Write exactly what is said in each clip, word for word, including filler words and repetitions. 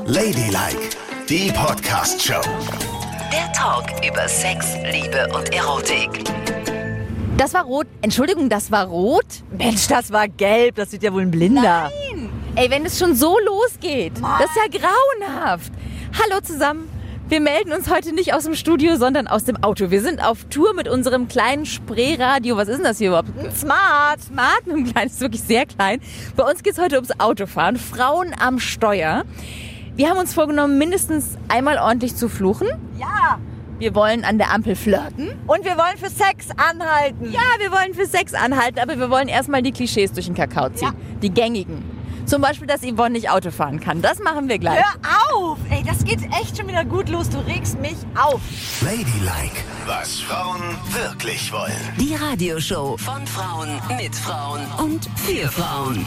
Ladylike, die Podcast-Show. Der Talk über Sex, Liebe und Erotik. Das war rot. Entschuldigung, das war rot? Mensch, das war gelb. Das sieht ja wohl ein Blinder. Nein! Ey, wenn es schon so losgeht, Mann. Das ist ja grauenhaft. Hallo zusammen. Wir melden uns heute nicht aus dem Studio, sondern aus dem Auto. Wir sind auf Tour mit unserem kleinen Spreeradio. Was ist denn das hier überhaupt? Ein Smart. Smart, mit einem kleinen, ist wirklich sehr klein. Bei uns geht es heute ums Autofahren. Frauen am Steuer. Wir haben uns vorgenommen, mindestens einmal ordentlich zu fluchen. Ja. Wir wollen an der Ampel flirten. Und wir wollen für Sex anhalten. Ja, wir wollen für Sex anhalten, aber wir wollen erstmal die Klischees durch den Kakao ziehen. Ja. Die gängigen. Zum Beispiel, dass Yvonne nicht Auto fahren kann. Das machen wir gleich. Hör auf! Ey, das geht echt schon wieder gut los. Du regst mich auf. Ladylike, was Frauen wirklich wollen. Die Radioshow von Frauen, mit Frauen und für Frauen.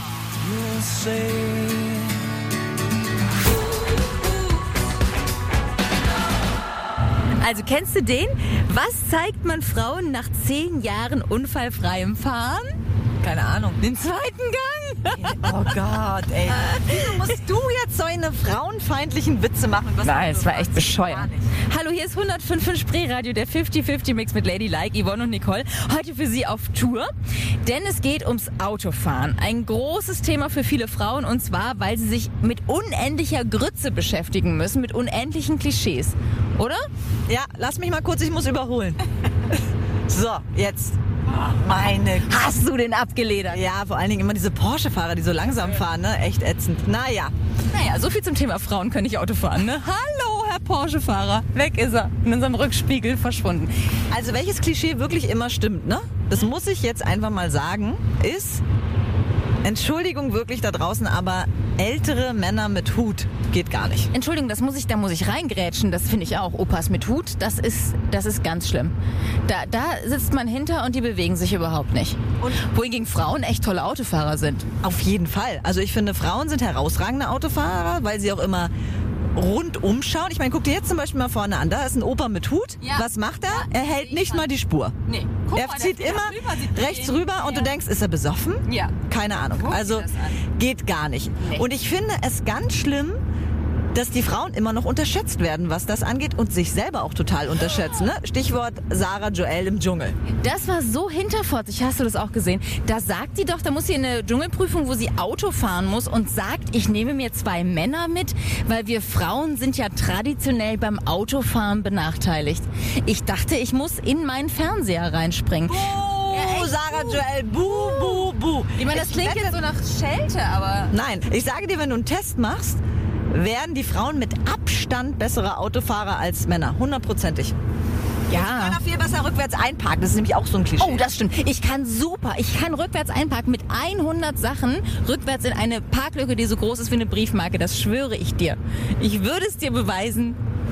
Also kennst du den? Was zeigt man Frauen nach zehn Jahren unfallfreiem Fahren? Keine Ahnung. Den zweiten Gang. Oh Gott, ey. Wieso musst du jetzt so eine frauenfeindlichen Witze machen? Was Nein, es war echt bescheuert. Hallo, hier ist hundertfünf fünf Spreeradio, der fünfzig fünfzig Mix mit Ladylike, Yvonne und Nicole. Heute für Sie auf Tour, denn es geht ums Autofahren. Ein großes Thema für viele Frauen, und zwar, weil sie sich mit unendlicher Grütze beschäftigen müssen, mit unendlichen Klischees. Oder? Ja, lass mich mal kurz, ich muss überholen. So, jetzt. Meine Gott. Hast du den abgeledert? Ja, vor allen Dingen immer diese Porsche-Fahrer, die so langsam fahren, ne? Echt ätzend. Naja. Naja, so viel zum Thema Frauen können nicht Auto fahren, ne? Hallo, Herr Porsche-Fahrer. Weg ist er. In unserem Rückspiegel verschwunden. Also welches Klischee wirklich immer stimmt, ne? Das muss ich jetzt einfach mal sagen, ist, Entschuldigung wirklich da draußen, aber ältere Männer mit Hut geht gar nicht. Entschuldigung, das muss ich, da muss ich reingrätschen. Das finde ich auch. Opas mit Hut, das ist, das ist ganz schlimm. Da, da sitzt man hinter und die bewegen sich überhaupt nicht. Und wohingegen Frauen echt tolle Autofahrer sind. Auf jeden Fall. Also ich finde, Frauen sind herausragende Autofahrer, weil sie auch immer rundum schauen. Ich meine, guck dir jetzt zum Beispiel mal vorne an. Da ist ein Opa mit Hut. Ja. Was macht er? Ja, er hält nicht mal die Spur. Nee. Guck er mal, zieht immer rüber, rechts rüber und ja. Du denkst, ist er besoffen? Ja. Keine Ahnung. Guck also geht gar nicht. Nee. Und ich finde es ganz schlimm, dass die Frauen immer noch unterschätzt werden, was das angeht, und sich selber auch total unterschätzen. Ne? Stichwort Sarah Joel im Dschungel. Das war so hinterfotzig, hast du das auch gesehen? Da sagt die doch, da muss sie in eine Dschungelprüfung, wo sie Auto fahren muss, und sagt, ich nehme mir zwei Männer mit, weil wir Frauen sind ja traditionell beim Autofahren benachteiligt. Ich dachte, ich muss in meinen Fernseher reinspringen. Oh, ja, Sarah Joel, buh, buh, buh. Ich meine, das ich klingt wette, jetzt so nach Schelte, aber... Nein, ich sage dir, wenn du einen Test machst, werden die Frauen mit Abstand bessere Autofahrer als Männer. Hundertprozentig. Ja. Ich kann auch viel besser rückwärts einparken. Das ist nämlich auch so ein Klischee. Oh, das stimmt. Ich kann super. Ich kann rückwärts einparken mit hundert Sachen. Rückwärts in eine Parklücke, die so groß ist wie eine Briefmarke. Das schwöre ich dir. Ich würde es dir beweisen,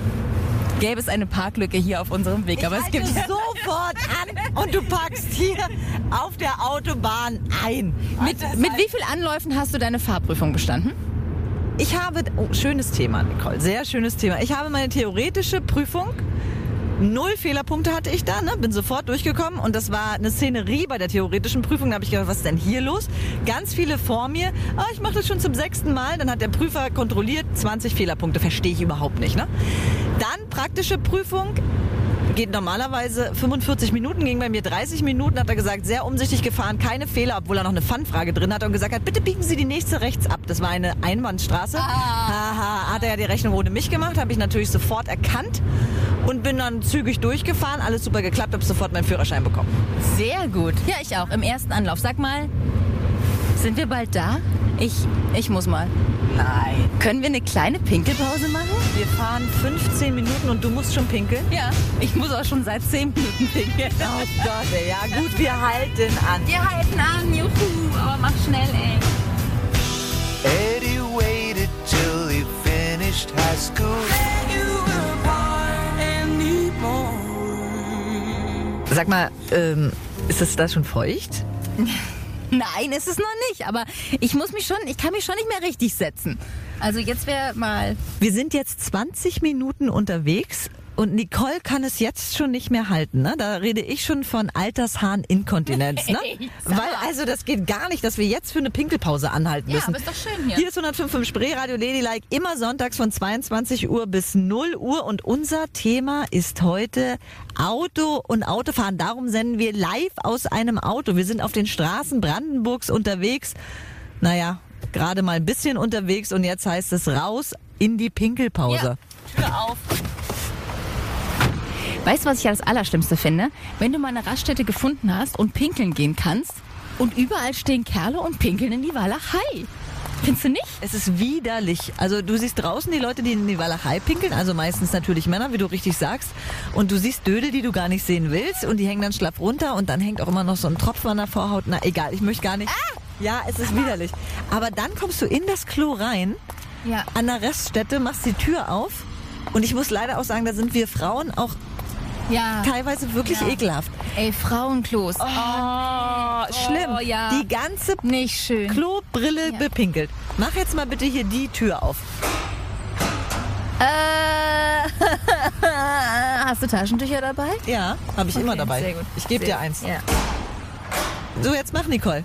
gäbe es eine Parklücke hier auf unserem Weg. Ich Aber es gibt sofort an und du parkst hier auf der Autobahn ein. Mit, mit wie vielen Anläufen hast du deine Fahrprüfung bestanden? Ich habe, oh, schönes Thema, Nicole, sehr schönes Thema. Ich habe meine theoretische Prüfung, null Fehlerpunkte hatte ich da, ne? Bin sofort durchgekommen, und das war eine Szenerie bei der theoretischen Prüfung. Da habe ich gedacht, was ist denn hier los? Ganz viele vor mir, oh, ich mache das schon zum sechsten Mal. Dann hat der Prüfer kontrolliert, zwanzig Fehlerpunkte, verstehe ich überhaupt nicht. Ne? Dann praktische Prüfung. Geht normalerweise fünfundvierzig Minuten, ging bei mir dreißig Minuten, hat er gesagt, sehr umsichtig gefahren, keine Fehler, obwohl er noch eine Fun-Frage drin hat und gesagt hat, bitte biegen Sie die nächste rechts ab. Das war eine Einbahnstraße. Ah. Haha, hat er ja die Rechnung ohne mich gemacht, habe ich natürlich sofort erkannt und bin dann zügig durchgefahren, alles super geklappt, habe sofort meinen Führerschein bekommen. Sehr gut. Ja, ich auch, im ersten Anlauf. Sag mal, sind wir bald da? Ich, ich muss mal. Nein. Können wir eine kleine Pinkelpause machen? Wir fahren fünfzehn Minuten und du musst schon pinkeln? Ja, ich muss auch schon seit zehn Minuten pinkeln. Oh Gott, ey, ja gut, wir halten an. Wir halten an, juhu, aber mach schnell, ey. Eddie waited till he finished high school. Sag mal, ähm, ist es da schon feucht? Nein, ist es noch nicht, aber ich muss mich schon, ich kann mich schon nicht mehr richtig setzen. Also jetzt wäre mal... Wir sind jetzt zwanzig Minuten unterwegs und Nicole kann es jetzt schon nicht mehr halten. Ne? Da rede ich schon von Altershahn-Inkontinenz. Ne? Hey, sag Weil mal. also das geht gar nicht, dass wir jetzt für eine Pinkelpause anhalten Ja, müssen. aber ist doch schön hier. Hier ist hundertfünf Komma fünf Spreeradio Ladylike, immer sonntags von zweiundzwanzig Uhr bis null Uhr. Und unser Thema ist heute Auto und Autofahren. Darum senden wir live aus einem Auto. Wir sind auf den Straßen Brandenburgs unterwegs. Naja, gerade mal ein bisschen unterwegs. Und jetzt heißt es raus in die Pinkelpause. Ja, Tür auf. Weißt du, was ich ja das Allerschlimmste finde? Wenn du mal eine Raststätte gefunden hast und pinkeln gehen kannst und überall stehen Kerle und pinkeln in die Walachei. Findest du nicht? Es ist widerlich. Also du siehst draußen die Leute, die in die Walachei pinkeln, also meistens natürlich Männer, wie du richtig sagst. Und du siehst Dödel, die du gar nicht sehen willst und die hängen dann schlapp runter und dann hängt auch immer noch so ein Tropfen an der Vorhaut. Na egal, ich möchte gar nicht. Ah! Ja, es ist widerlich. Aber dann kommst du in das Klo rein, Ja. an der Raststätte, machst die Tür auf und ich muss leider auch sagen, da sind wir Frauen auch Ja. teilweise wirklich Ja. ekelhaft. Ey, Frauenklos. Oh, schlimm. ja. Die ganze Nicht schön. Klobrille Ja. bepinkelt. Mach jetzt mal bitte hier die Tür auf. Äh, hast du Taschentücher dabei? Ja, habe ich immer Okay, dabei. sehr gut. Ich gebe Sehr- dir eins. Ja. So, jetzt mach, Nicole.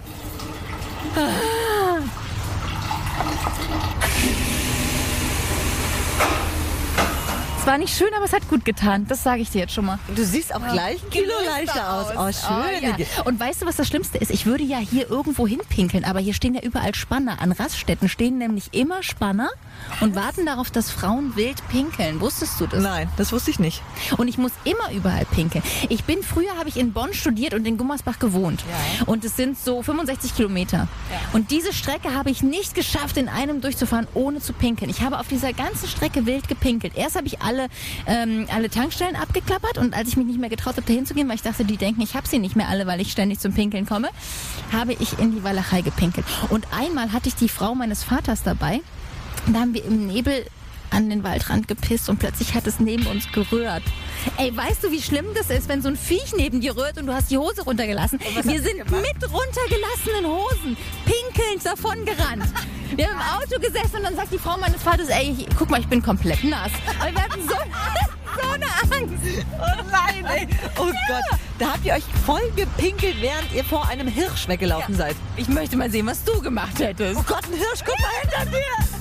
Es war nicht schön, aber es hat gut getan. Das sage ich dir jetzt schon mal. Du siehst auch gleich ein Kilo leichter aus. Oh, schön. Oh, ja. Und weißt du, was das Schlimmste ist? Ich würde ja hier irgendwo hinpinkeln, aber hier stehen ja überall Spanner. An Raststätten stehen nämlich immer Spanner und warten darauf, dass Frauen wild pinkeln. Wusstest du das? Nein, das wusste ich nicht. Und ich muss immer überall pinkeln. Ich bin, früher habe ich in Bonn studiert und in Gummersbach gewohnt. Ja. Und es sind so fünfundsechzig Kilometer. Und diese Strecke habe ich nicht geschafft, in einem durchzufahren, ohne zu pinkeln. Ich habe auf dieser ganzen Strecke wild gepinkelt. Erst habe ich alle, ähm, alle Tankstellen abgeklappert und als ich mich nicht mehr getraut habe, da hinzugehen, weil ich dachte, die denken, ich habe sie nicht mehr alle, weil ich ständig zum Pinkeln komme, habe ich in die Walachei gepinkelt. Und einmal hatte ich die Frau meines Vaters dabei. Da haben wir im Nebel an den Waldrand gepisst und plötzlich hat es neben uns gerührt. Ey, weißt du, wie schlimm das ist, wenn so ein Viech neben dir rührt und du hast die Hose runtergelassen? Wir sind mit runtergelassenen Hosen pinkelnd davon gerannt. Wir haben im Auto gesessen und dann sagt die Frau meines Vaters, ey, ich, guck mal, ich bin komplett nass. Aber wir hatten so, so eine Angst. Oh nein, ey. Oh Gott. Da habt ihr euch voll gepinkelt, während ihr vor einem Hirsch weggelaufen seid. Ich möchte mal sehen, was du gemacht hättest. Oh Gott, ein Hirsch, guck mal hinter dir.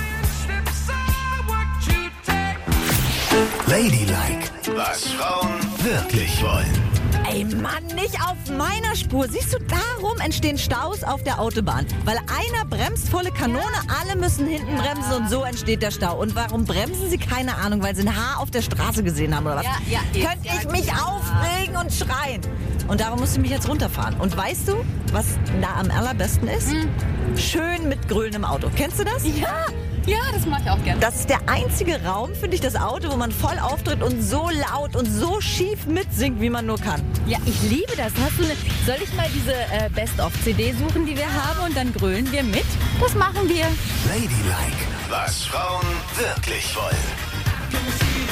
Ladylike, was Frauen wirklich wollen. Ey Mann, nicht auf meiner Spur. Siehst du, darum entstehen Staus auf der Autobahn. Weil einer bremst volle Kanone, alle müssen hinten bremsen und so entsteht der Stau. Und warum bremsen sie? Keine Ahnung, weil sie ein Haar auf der Straße gesehen haben oder was? Ja, ja, jetzt, Könnte ich ja, mich ja. aufregen und schreien. Und darum musste ich mich jetzt runterfahren. Und weißt du, was da am allerbesten ist? Schön mit Grölen im Auto. Kennst du das? Ja, ja, das mache ich auch gerne. Das ist der einzige Raum, finde ich, das Auto, wo man voll auftritt und so laut und so schief mitsingt, wie man nur kann. Ja, ich liebe das. Hast du eine, soll ich mal diese äh, Best-of-C D suchen, die wir haben und dann grölen wir mit? Das machen wir. Ladylike, was Frauen wirklich wollen.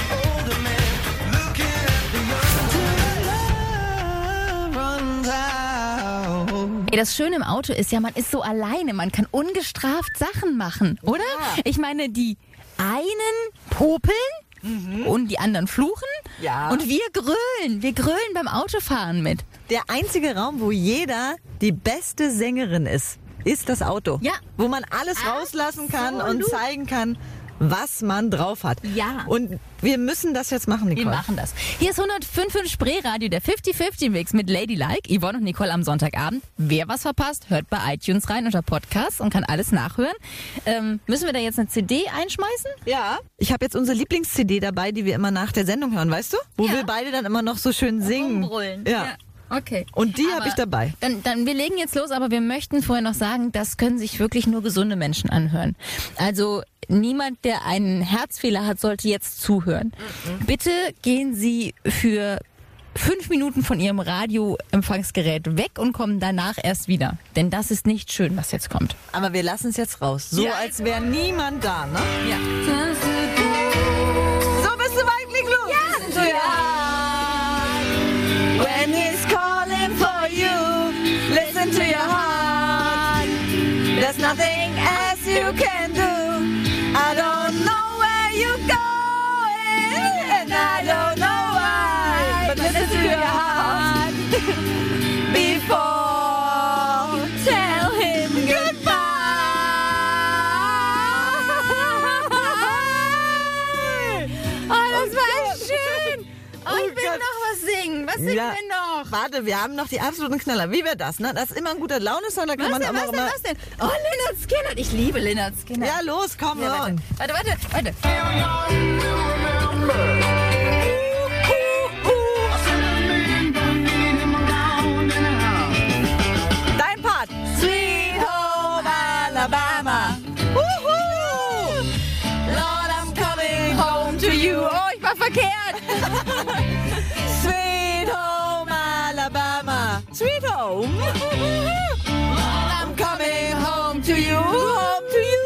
Ey, das Schöne im Auto ist ja, man ist so alleine. Man kann ungestraft Sachen machen, oder? Ich meine, die einen popeln und die anderen fluchen. Ja. Und wir grölen. Wir grölen beim Autofahren mit. Der einzige Raum, wo jeder die beste Sängerin ist, ist das Auto. Ja. Wo man alles rauslassen kann und Absolut. zeigen kann, was man drauf hat. Ja. Und wir müssen das jetzt machen, Nicole. Wir machen das. Hier ist hundertfünf Komma fünf Spreeradio, der fünfzig fünfzig Mix mit Ladylike, Yvonne und Nicole am Sonntagabend. Wer was verpasst, hört bei iTunes rein unter Podcast und kann alles nachhören. Ähm, müssen wir da jetzt eine C D einschmeißen? Ja. Ich habe jetzt unsere Lieblings-C D dabei, die wir immer nach der Sendung hören, weißt du? Wo Ja. wir beide dann immer noch so schön singen. Rumbrüllen. Ja. Okay. Und die Aber habe ich dabei. Dann, dann, wir legen jetzt los, aber wir möchten vorher noch sagen, das können sich wirklich nur gesunde Menschen anhören. Also niemand, der einen Herzfehler hat, sollte jetzt zuhören. Mhm. Bitte gehen Sie für fünf Minuten von Ihrem Radioempfangsgerät weg und kommen danach erst wieder. Denn das ist nicht schön, was jetzt kommt. Aber wir lassen es jetzt raus. So, Ja. als wäre niemand da, ne? Ja. So bist du eigentlich los. Ja. ja. When he's calling for you, listen to your heart. There's nothing else you can do. I don't know where you're going, and I don't was singen Ja. wir noch? Warte, wir haben noch die absoluten Knaller. Wie wäre das, ne? Das ist immer ein guter Laune-Song, da kann Was man denn, aber was auch denn, immer... was denn? Oh, Lynyrd Skynyrd. Ich liebe Lynyrd Skynyrd. Ja, los, komm, Ja, on. warte, warte, warte, warte. Dein Part. Sweet Home Alabama. Woohoo! Lord, I'm coming home to you. Oh, ich war verkehrt. Sweet Home Alabama. Sweet Home. I'm coming home to you. Home to you.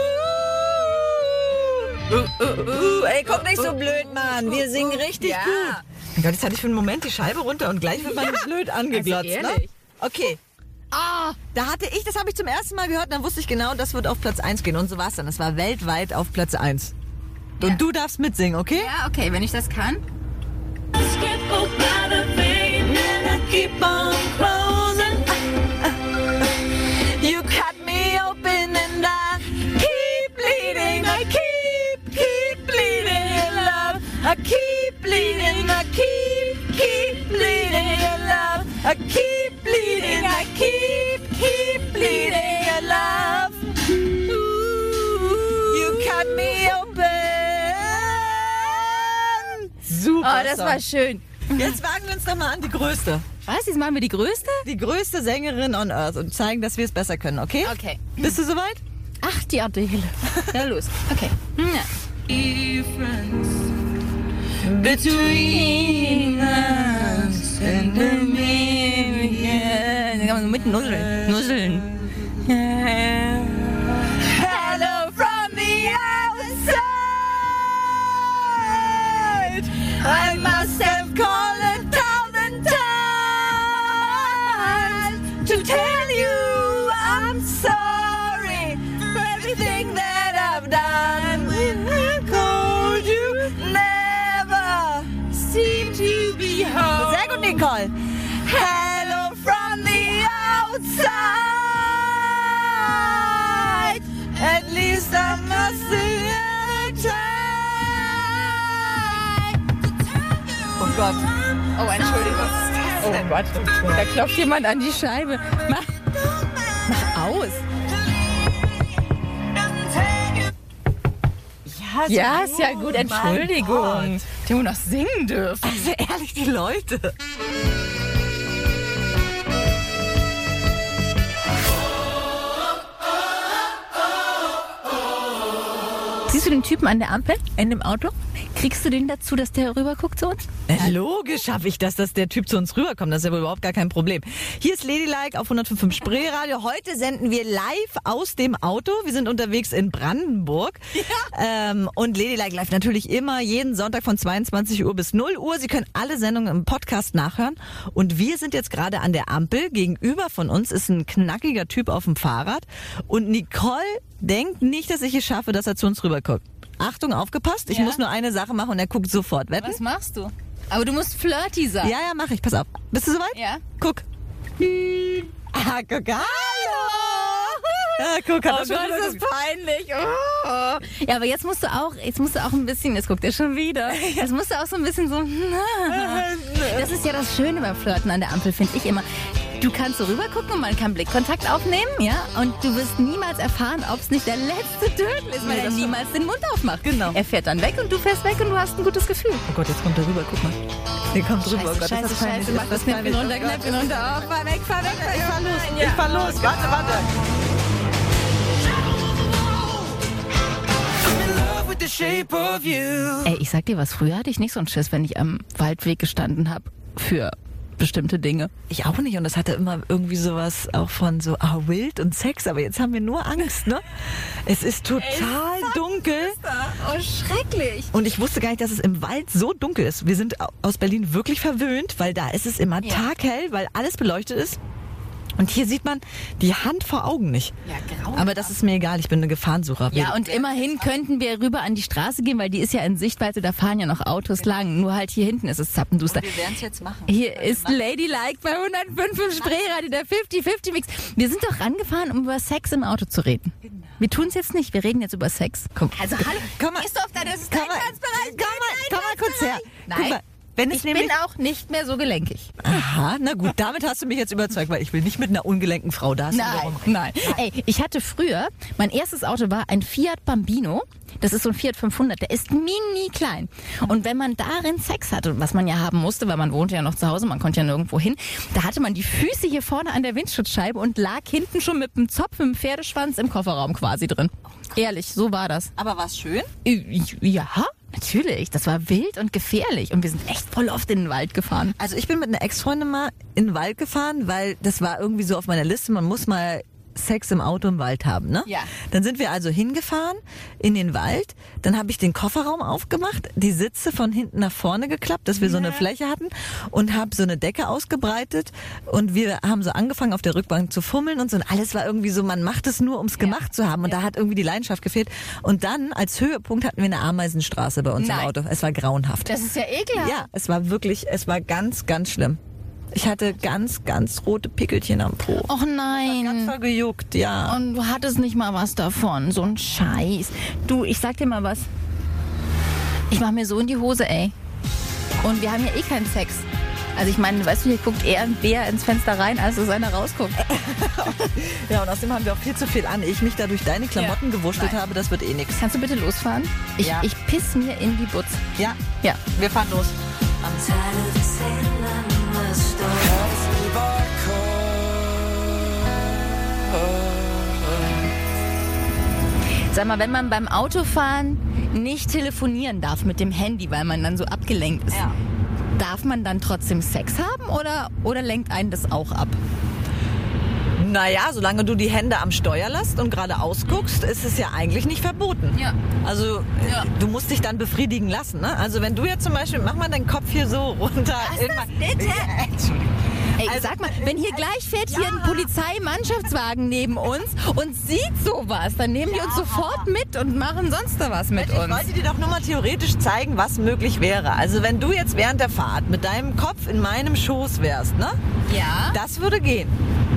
Uh, uh, uh. Ey, guck nicht so blöd, Mann. Wir singen richtig Ja. gut. Mein Gott, jetzt hatte ich für einen Moment die Scheibe runter und gleich wird man blöd angeglotzt. Also ne? ehrlich. Okay. Ah, Da hatte ich, das habe ich zum ersten Mal gehört, dann wusste ich genau, das wird auf Platz eins gehen. Und so war es dann. Es war weltweit auf Platz eins. Und Ja. du darfst mitsingen, okay? ja, okay, wenn ich das kann. Keep on closing. You cut me open and I keep bleeding. I keep, keep bleeding in love. I keep bleeding. I keep, keep bleeding in love. I keep bleeding. I keep, keep bleeding in love. You cut me open. Super. Oh, das Song. war schön. Jetzt wagen wir uns doch mal an die größte. Was, jetzt machen wir die größte? Die größte Sängerin on Earth und zeigen, dass wir es besser können, okay? Okay. Bist du soweit? Ach, die Adele. Ja, los. Okay. Ja. Between us and the Ja, dann kann man so mit Nusseln. Nusseln. Hello from the outside. I must have called a thousand times to tell you I'm sorry for everything that I've done. When I called you, never seemed to be home. Sehr gut, Nicole. Hello from the outside. At least I must have tried. Oh Gott. Oh, Entschuldigung. Oh Gott. Da klopft jemand an die Scheibe. Mach, mach aus. Ja, ist ja gut. Entschuldigung. Die haben noch singen dürfen. Also ehrlich, die Leute. Siehst du den Typen an der Ampel in dem Auto? Kriegst du den dazu, dass der rüber guckt zu uns? Äh, Logisch schaffe ich das, dass der Typ zu uns rüberkommt. Das ist ja wohl überhaupt gar kein Problem. Hier ist Ladylike auf hundertfünf Komma fünf Spreeradio. Heute senden wir live aus dem Auto. Wir sind unterwegs in Brandenburg. Ja. Ähm, und Ladylike live natürlich immer jeden Sonntag von zweiundzwanzig Uhr bis null Uhr. Sie können alle Sendungen im Podcast nachhören. Und wir sind jetzt gerade an der Ampel. Gegenüber von uns ist ein knackiger Typ auf dem Fahrrad. Und Nicole denkt nicht, dass ich es schaffe, dass er zu uns rüberguckt. Achtung, aufgepasst. Ich Ja. muss nur eine Sache machen und er guckt sofort. Wetten? Was machst du? Aber du musst flirty sein. Ja, ja, mach ich. Pass auf. Bist du soweit? Ja. Guck. Ah, guck. Hallo. Ja, guck, hat Oh er schon Gott, ist das peinlich. Oh. Ja, aber jetzt musst du auch, jetzt musst du auch ein bisschen, jetzt guckt er schon wieder. Jetzt musst du auch so ein bisschen so. Das ist ja das Schöne beim Flirten an der Ampel, finde ich immer. Du kannst so rüber gucken und man kann Blickkontakt aufnehmen, ja, und du wirst niemals erfahren, ob es nicht der letzte Dödel ist, weil Nee, er das niemals den Mund aufmacht. Genau. Er fährt dann weg und du fährst weg und du hast ein gutes Gefühl. Oh Gott, jetzt kommt er rüber. Guck mal. Der kommt rüber. Oh Gott, scheiße, ist das peinlich. scheiße, mach Ist das Knäppchen peinlich? runter, Oh Gott. Knäppchen runter. Oh, fahr weg, fahr weg, Ich fahr los. Ja. Ich fahr los. Warte, warte. Ey, ich sag dir was, früher hatte ich nicht so einen Schiss, wenn ich am Waldweg gestanden habe für bestimmte Dinge. Ich auch nicht. Und das hatte immer irgendwie sowas auch von so ah, wild und Sex. Aber jetzt haben wir nur Angst, ne? Es ist total dunkel. Oh, schrecklich. Und ich wusste gar nicht, dass es im Wald so dunkel ist. Wir sind au- aus Berlin wirklich verwöhnt, weil da ist es immer Ja. taghell, weil alles beleuchtet ist. Und hier sieht man die Hand vor Augen nicht. Ja, grau. Aber das ist mir egal, ich bin eine Gefahrensucher. Ja, und immerhin könnten wir rüber an die Straße gehen, weil die ist ja in Sichtweite, da fahren ja noch Autos lang. Nur halt hier hinten ist es zappenduster. werden es jetzt machen. Hier ist Ladylike bei hundertfünf im Spreeradio, der fünfzig fünfzig Mix. Wir sind doch rangefahren, um über Sex im Auto zu reden. Wir tun es jetzt nicht, wir reden jetzt über Sex. Komm. Also hallo, Komm mal. gehst du auf deine, das ist Komm dein mal, Tanzbereich, komm mal, komm mal kurz her. Nein. Guck mal. Wenn es Ich bin nämlich auch nicht mehr so gelenkig. Aha, na gut, damit hast du mich jetzt überzeugt, weil ich will nicht mit einer ungelenken Frau da sein. Nein, nein. Ey, ich hatte früher, mein erstes Auto war ein Fiat Bambino. Das ist so ein Fiat fünfhundert, der ist mini klein. Und wenn man darin Sex hatte, was man ja haben musste, weil man wohnte ja noch zu Hause, man konnte ja nirgendwo hin, da hatte man die Füße hier vorne an der Windschutzscheibe und lag hinten schon mit einem Zopf, mit dem Pferdeschwanz im Kofferraum quasi drin. Ehrlich, so war das. Aber war's schön? Ja, natürlich. Das war wild und gefährlich. Und wir sind echt voll oft in den Wald gefahren. Also ich bin mit einer Ex-Freundin mal in den Wald gefahren, weil das war irgendwie so auf meiner Liste, man muss mal Sex im Auto im Wald haben, ne? Ja. Dann sind wir also hingefahren in den Wald, dann habe ich den Kofferraum aufgemacht, die Sitze von hinten nach vorne geklappt, dass wir so eine Fläche hatten und habe so eine Decke ausgebreitet und wir haben so angefangen auf der Rückbank zu fummeln und so und alles war irgendwie so, man macht es nur, ums gemacht zu haben und da hat irgendwie die Leidenschaft gefehlt und dann als Höhepunkt hatten wir eine Ameisenstraße bei uns Nein. im Auto. Es war grauenhaft. Das ist ja ekelhaft. Ja, es war wirklich, es war ganz, ganz schlimm. Ich hatte ganz, ganz rote Pickelchen am Po. Och Ganz nein. voll gejuckt, ja. Und du hattest nicht mal was davon. So ein Scheiß. Du, ich sag dir mal was. Ich mach mir so in die Hose, ey. Und wir haben ja eh keinen Sex. Also ich meine, weißt du, hier guckt eher ein Bär ins Fenster rein, als dass einer rausguckt. Ja, und außerdem haben wir auch viel zu viel an. Ehe ich mich da durch deine Klamotten Ja. gewurschtelt Nein. habe, das wird eh nix. Kannst du bitte losfahren? Ich, Ja. ich piss mir in die Butz. Ja, Ja. wir fahren los. Sag mal, wenn man beim Autofahren nicht telefonieren darf mit dem Handy, weil man dann so abgelenkt ist, Ja. darf man dann trotzdem Sex haben oder, oder lenkt einen das auch ab? Naja, solange du die Hände am Steuer lässt und gerade ausguckst, ist es ja eigentlich nicht verboten. Ja. Also äh, Ja. du musst dich dann befriedigen lassen. Ne? Also wenn du jetzt zum Beispiel, mach mal deinen Kopf hier so runter. Irgendwann- bitte? Ja, Entschuldigung. Ey, Also, sag mal, wenn hier gleich fährt hier ein Polizeimannschaftswagen neben uns und sieht sowas, dann nehmen die uns sofort mit und machen sonst da was mit Ich uns. wollte dir doch nur mal theoretisch zeigen, was möglich wäre. Also wenn du jetzt während der Fahrt mit deinem Kopf in meinem Schoß wärst, ne? Ja. Das würde gehen.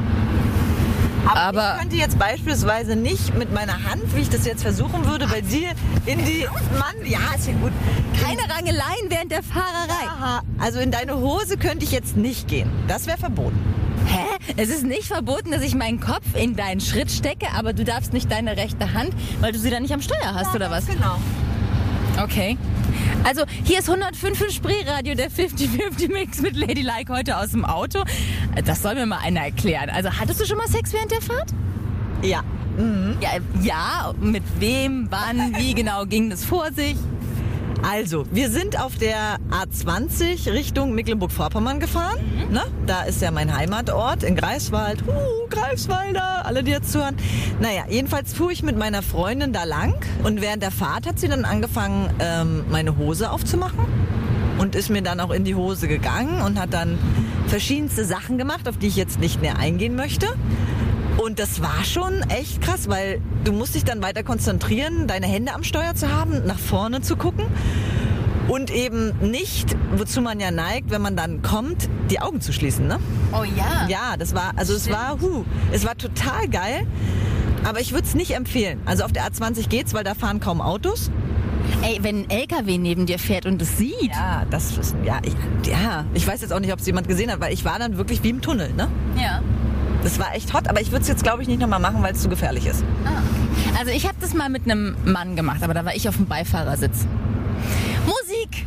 Aber, Aber- ich könnte jetzt beispielsweise nicht mit meiner Hand, wie ich das jetzt versuchen würde, bei dir in die... Mann, ja, ist ja gut. Keine Rangeleien während der Fahrerei. Aha, also in deine Hose könnte ich jetzt nicht gehen. Das wäre verboten. Hä? Es ist nicht verboten, dass ich meinen Kopf in deinen Schritt stecke, aber du darfst nicht deine rechte Hand, weil du sie dann nicht am Steuer hast, oder was? Genau. Okay. Also, hier ist hundertfünf im Spreeradio, der fünfzig fünfzig Mix mit Ladylike heute aus dem Auto. Das soll mir mal einer erklären. Also, hattest du schon mal Sex während der Fahrt? Ja. Ja, ja, mit wem, wann, wie genau ging das vor sich? Also, wir sind auf der A zwanzig Richtung Mecklenburg-Vorpommern gefahren. Ne? Da ist ja mein Heimatort in Greifswald. Uh, Greifswalder, alle, die jetzt zuhören. Naja, jedenfalls fuhr ich mit meiner Freundin da lang und während der Fahrt hat sie dann angefangen, ähm, meine Hose aufzumachen und ist mir dann auch in die Hose gegangen und hat dann verschiedenste Sachen gemacht, auf die ich jetzt nicht mehr eingehen möchte. Und das war schon echt krass, weil du musst dich dann weiter konzentrieren, deine Hände am Steuer zu haben, nach vorne zu gucken und eben nicht, wozu man ja neigt, wenn man dann kommt, die Augen zu schließen, ne? Oh ja. Ja, das war, also es war, huh, es war total geil, aber ich würde es nicht empfehlen. Also auf der A zwanzig geht's, weil da fahren kaum Autos. Ey, wenn ein L K W neben dir fährt und es sieht. Ja, das ist, ja, ich, ja, ich weiß jetzt auch nicht, ob es jemand gesehen hat, weil ich war dann wirklich wie im Tunnel, ne? Ja. Das war echt hot, aber ich würde es jetzt, glaube ich, nicht nochmal machen, weil es zu gefährlich ist. Also ich habe das mal mit einem Mann gemacht, aber da war ich auf dem Beifahrersitz. Musik!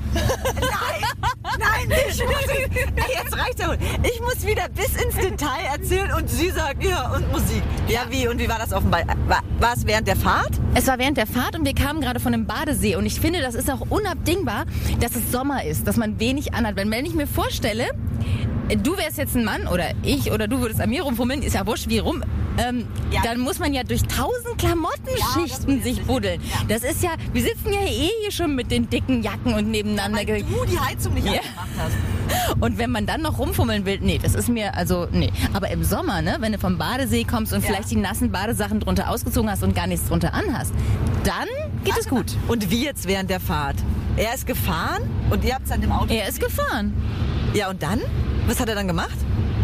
Nein, nicht Musik. Ey, jetzt reicht's ja wohl. Ich muss wieder bis ins Detail erzählen und sie sagt, ja, und Musik. Ja, wie? Und wie war das auf dem Ball? War, war es während der Fahrt? Es war während der Fahrt und wir kamen gerade von einem Badesee und ich finde, das ist auch unabdingbar, dass es Sommer ist, dass man wenig anhat. Wenn, wenn ich mir vorstelle, du wärst jetzt ein Mann oder ich oder du würdest an mir rumfummeln, ist ja wurscht wie rum, ähm, Ja. dann muss man ja durch tausend Klamottenschichten sich buddeln. Das ist ja, wir sitzen ja eh hier schon mit den dicken Jacken und nebeneinander. Weil du die Heizung nicht Ja. angemacht hast. Und wenn man dann noch rumfummeln will, nee, das ist mir, also, nee. Aber im Sommer, ne, wenn du vom Badesee kommst und Ja. vielleicht die nassen Badesachen drunter ausgezogen hast und gar nichts drunter anhast, dann geht es gut. Und wie jetzt während der Fahrt? Er ist gefahren und ihr habt es dann im Auto. Er ist gefahren. Ja, und dann? Was hat er dann gemacht?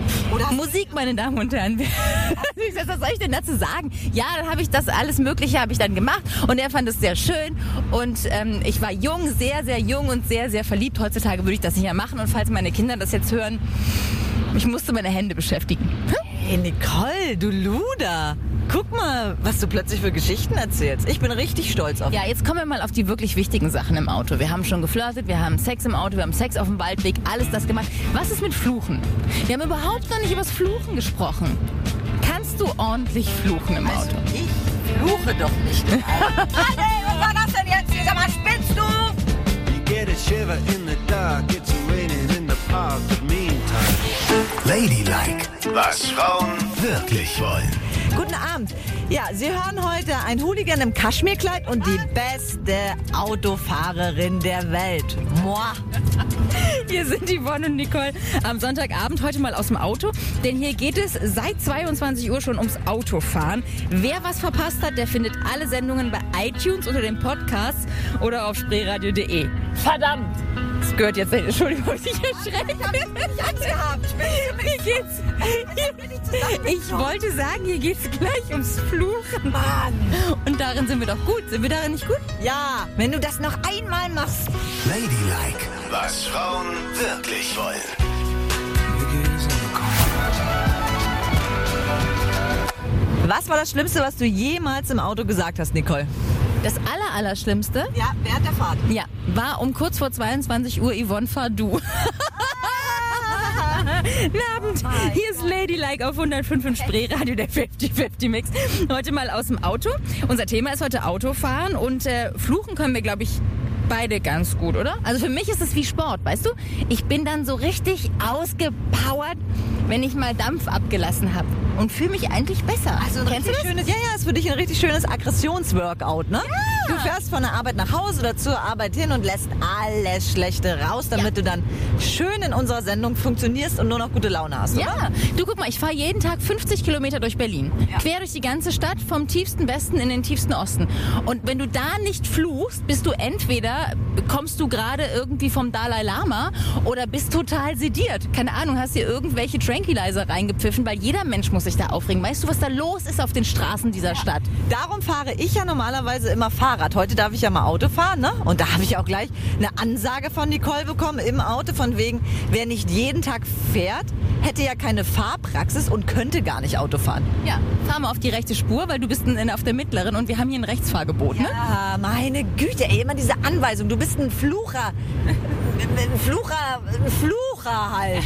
Oder Musik, meine Damen und Herren. Was soll ich denn dazu sagen? Ja, dann habe ich das alles Mögliche habe ich dann gemacht und er fand es sehr schön und ähm, ich war jung, sehr, sehr jung und sehr, sehr verliebt. Heutzutage würde ich das nicht mehr machen und falls meine Kinder das jetzt hören, ich musste meine Hände beschäftigen. Hey Nicole, du Luder. Guck mal, was du plötzlich für Geschichten erzählst. Ich bin richtig stolz auf dich. Ja, jetzt kommen wir mal auf die wirklich wichtigen Sachen im Auto. Wir haben schon geflirtet, wir haben Sex im Auto, wir haben Sex auf dem Waldweg, alles das gemacht. Was ist mit Fluchen? Wir haben überhaupt noch nicht über das Fluchen gesprochen. Kannst du ordentlich fluchen im Auto? Also ich fluche doch nicht. Hey, was war das denn jetzt? Sag mal, spinnst du? You get a shiver in the dark, it's raining in the park, but meantime. Ladylike, was Frauen wirklich wollen. Guten Abend. Ja, Sie hören heute ein Hooligan im Kaschmirkleid und die beste Autofahrerin der Welt. Moi. Hier sind Yvonne und Nicole am Sonntagabend heute mal aus dem Auto, denn hier geht es seit zweiundzwanzig Uhr schon ums Autofahren. Wer was verpasst hat, der findet alle Sendungen bei iTunes unter den Podcasts oder auf spreeradio punkt de. Verdammt! Das gehört jetzt nicht. Entschuldigung, ich erschrecke. Ich hab's gehabt. Hier geht's. Ich wollte sagen, hier geht's gleich ums Fluchen. Mann. Und darin sind wir doch gut. Sind wir darin nicht gut? Ja, wenn du das noch einmal machst. Ladylike, was Frauen wirklich wollen. Was war das Schlimmste, was du jemals im Auto gesagt hast, Nicole? Das aller, Allerschlimmste, Ja, während der Fahrt. ja, war um kurz vor zweiundzwanzig Uhr Yvonne, fahr du. Guten Abend, hier ist Ladylike auf hundertfünf in Spreeradio, der fünfzig fünfzig Mix. Heute mal aus dem Auto. Unser Thema ist heute Autofahren und äh, fluchen können wir, glaube ich, beide ganz gut, oder? Also für mich ist es wie Sport, weißt du? Ich bin dann so richtig ausgepowert, wenn ich mal Dampf abgelassen habe und fühle mich eigentlich besser. Also ein Kennst du richtig das? schönes, ja, ja, ist für dich ein richtig schönes Aggressionsworkout, ne? Ja. Du fährst von der Arbeit nach Hause oder zur Arbeit hin und lässt alles Schlechte raus, damit Ja. du dann schön in unserer Sendung funktionierst und nur noch gute Laune hast, oder? Ja, du guck mal, ich fahre jeden Tag fünfzig Kilometer durch Berlin. Ja. Quer durch die ganze Stadt, vom tiefsten Westen in den tiefsten Osten. Und wenn du da nicht fluchst, bist du entweder, kommst du gerade irgendwie vom Dalai Lama oder bist total sediert. Keine Ahnung, hast dir irgendwelche Tranquilizer reingepfiffen, weil jeder Mensch muss sich da aufregen. Weißt du, was da los ist auf den Straßen dieser Stadt? Darum fahre ich ja normalerweise immer Fahrrad. Heute darf ich ja mal Auto fahren, ne? Und da habe ich auch gleich eine Ansage von Nicole bekommen im Auto von wegen, wer nicht jeden Tag fährt, hätte ja keine Fahrpraxis und könnte gar nicht Auto fahren. Ja, fahr mal auf die rechte Spur, weil du bist in, auf der mittleren und wir haben hier ein Rechtsfahrgebot, ne? Ja, meine Güte, ey, immer diese Anweisung. Du bist ein Flucher. Ein Flucher, ein Flucher halt.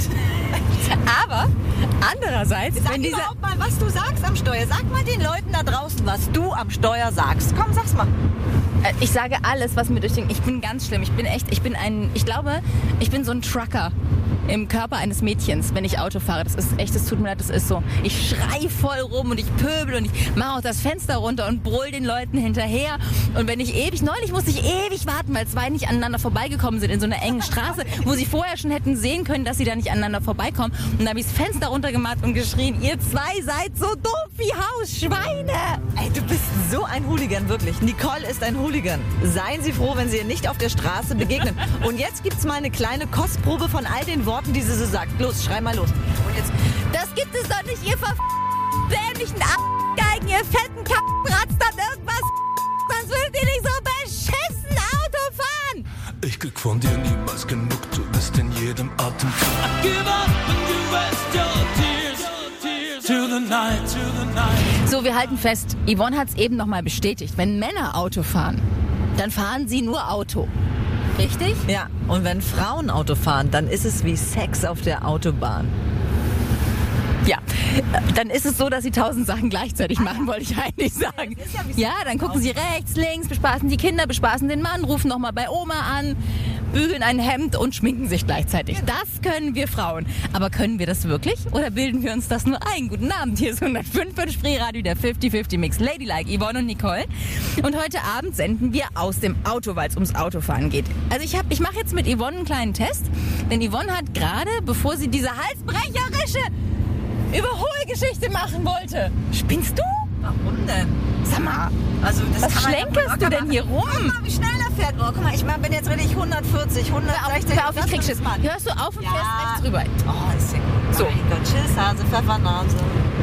Aber andererseits, Sag wenn dieser... überhaupt mal, was du sagst am Steuer. Sag mal den Leuten da draußen, was du am Steuer sagst. Komm, sag's mal. Äh, Ich sage alles, was mir durch den... Ich bin ganz schlimm. Ich bin echt... Ich bin ein... Ich glaube, ich bin so ein Trucker im Körper eines Mädchens, wenn ich Auto fahre. Das ist echt... Das tut mir leid, das ist so. Ich schrei voll rum und ich pöbel und ich mache auch das Fenster runter und brüll den Leuten hinterher. Und wenn ich ewig... Neulich musste ich ewig warten, weil zwei nicht aneinander vorbeigekommen sind in so einer engen Straße, wo sie vorher schon hätten sehen können, dass sie da nicht aneinander vorbeikommen. Und da habe ich das Fenster runtergemacht und geschrien, ihr zwei seid so doof wie Hausschweine. Ey, du bist so ein Hooligan, wirklich. Nicole ist ein Hooligan. Seien Sie froh, wenn Sie ihr nicht auf der Straße begegnen. Und jetzt gibt's mal eine kleine Kostprobe von all den Worten, die sie so sagt. Los, schrei mal los. Und jetzt, Das gibt es doch nicht, ihr ver... dämlichen Geigen, ihr fetten Kackratz, dann irgendwas... Sonst würdet ihr nicht so beschissen Auto fahren. Ich krieg von dir niemals genug, du bist in jedem Atemzug. Give up and you rest your tears to the night, to the night. So, wir halten fest, Yvonne hat es eben nochmal bestätigt. Wenn Männer Auto fahren, dann fahren sie nur Auto. Richtig? ja, und wenn Frauen Auto fahren, dann ist es wie Sex auf der Autobahn. Ja. Dann ist es so, dass sie tausend Sachen gleichzeitig machen, wollte ich eigentlich sagen. Ja, dann gucken sie rechts, links, bespaßen die Kinder, bespaßen den Mann, rufen nochmal bei Oma an, bügeln ein Hemd und schminken sich gleichzeitig. Das können wir Frauen. Aber können wir das wirklich? Oder bilden wir uns das nur ein? Guten Abend, hier ist hundertfünf in Spreeradio, der fünfzig fünfzig Mix. Ladylike, Yvonne und Nicole. Und heute Abend senden wir aus dem Auto, weil es ums Autofahren geht. Also ich, hab- ich mache jetzt mit Yvonne einen kleinen Test. Denn Yvonne hat gerade, bevor sie diese halsbrecherische Überholgeschichte machen wollte. Spinnst du? Warum denn? Sag mal, Also, das was kann man ja schlenkerst locker du denn machen. hier rum? Guck mal, wie schnell er fährt. Oh, guck mal, ich bin jetzt richtig hundertvierzig, hundertsechzig. Hör auf, ich krieg Schiss. Hörst du auf und Ja. fährst rechts rüber. Oh, ist ja gut. So. Mein Gott, Tschüss, Hase, Pfeffernase.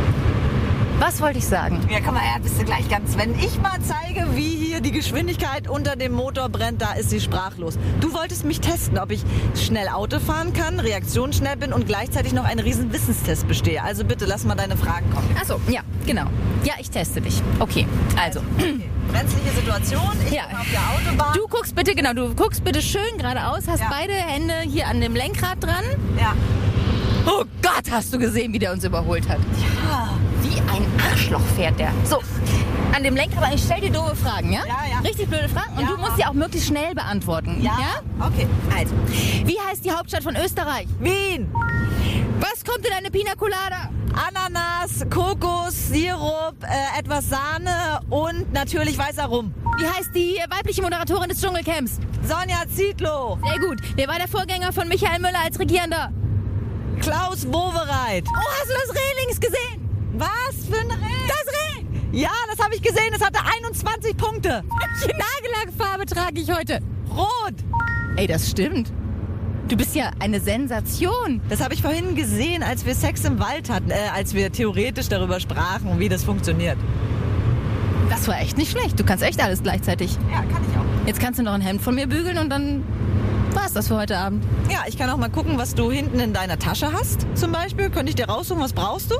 Was wollte ich sagen? Ja, komm mal her, bist du gleich ganz. Wenn ich mal zeige, wie hier die Geschwindigkeit unter dem Motor brennt, da ist sie sprachlos. Du wolltest mich testen, ob ich schnell Auto fahren kann, reaktionsschnell bin und gleichzeitig noch einen riesen Wissenstest bestehe. Also bitte, lass mal deine Fragen kommen. Achso, ja, genau. Ja, ich teste dich. Okay, also. Okay. Brenzliche Situation, ich Ja. bin auf der Autobahn. Du guckst bitte, genau, du guckst bitte schön geradeaus, hast Ja. beide Hände hier an dem Lenkrad dran. Ja. Oh Gott, hast du gesehen, wie der uns überholt hat? Ja. Wie ein Arschloch fährt der. So, an dem Lenkrad, ich stell dir doofe Fragen, ja? Ja, ja. Richtig blöde Fragen und Ja. du musst sie auch möglichst schnell beantworten. Ja? Okay. Also, wie heißt die Hauptstadt von Österreich? Wien. Was kommt in eine Pina Colada? Ananas, Kokos, Sirup, äh, etwas Sahne und natürlich weißer Rum. Wie heißt die weibliche Moderatorin des Dschungelcamps? Sonja Zietlow. Sehr gut. Wer war der Vorgänger von Michael Müller als Regierender? Klaus Wowereit. Oh, hast du das Reh links gesehen? Was für ein Reh? Das Reh! Ja, das habe ich gesehen. Es hatte einundzwanzig Punkte. Welche Nagellackfarbe trage ich heute? Rot. Ey, das stimmt. Du bist ja eine Sensation. Das habe ich vorhin gesehen, als wir Sex im Wald hatten, äh, als wir theoretisch darüber sprachen, wie das funktioniert. Das war echt nicht schlecht. Du kannst echt alles gleichzeitig. Ja, kann ich auch. Jetzt kannst du noch ein Hemd von mir bügeln und dann war's das für heute Abend. Ja, ich kann auch mal gucken, was du hinten in deiner Tasche hast, zum Beispiel. Könnte ich dir raussuchen, was brauchst du?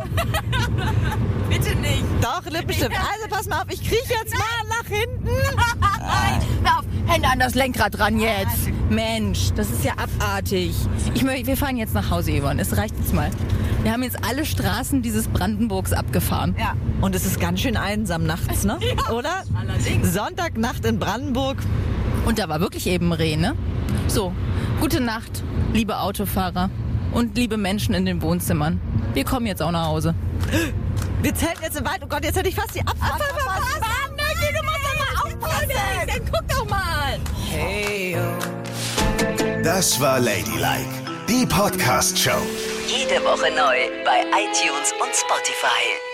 Bitte nicht. Doch, Lippenstift. Also pass mal auf, ich kriech jetzt mal nach hinten. Hör auf, Hände an das Lenkrad ran jetzt. Mensch, das ist ja abartig. Ich möchte, wir fahren jetzt nach Hause, Yvonne. Es reicht jetzt mal. Wir haben jetzt alle Straßen dieses Brandenburgs abgefahren. Ja. Und es ist ganz schön einsam nachts, ne? Oder? Allerdings. Sonntagnacht in Brandenburg. Und da war wirklich eben Reh, ne? So, gute Nacht, liebe Autofahrer und liebe Menschen in den Wohnzimmern. Wir kommen jetzt auch nach Hause. Wir zelten jetzt im Wald. Oh Gott, jetzt hätte ich fast die Abfahrt verpasst. Nöcki, du musst doch mal aufpassen. Dann guck doch mal. Hey, yo. Das war Ladylike, die Podcast-Show. Jede Woche neu bei iTunes und Spotify.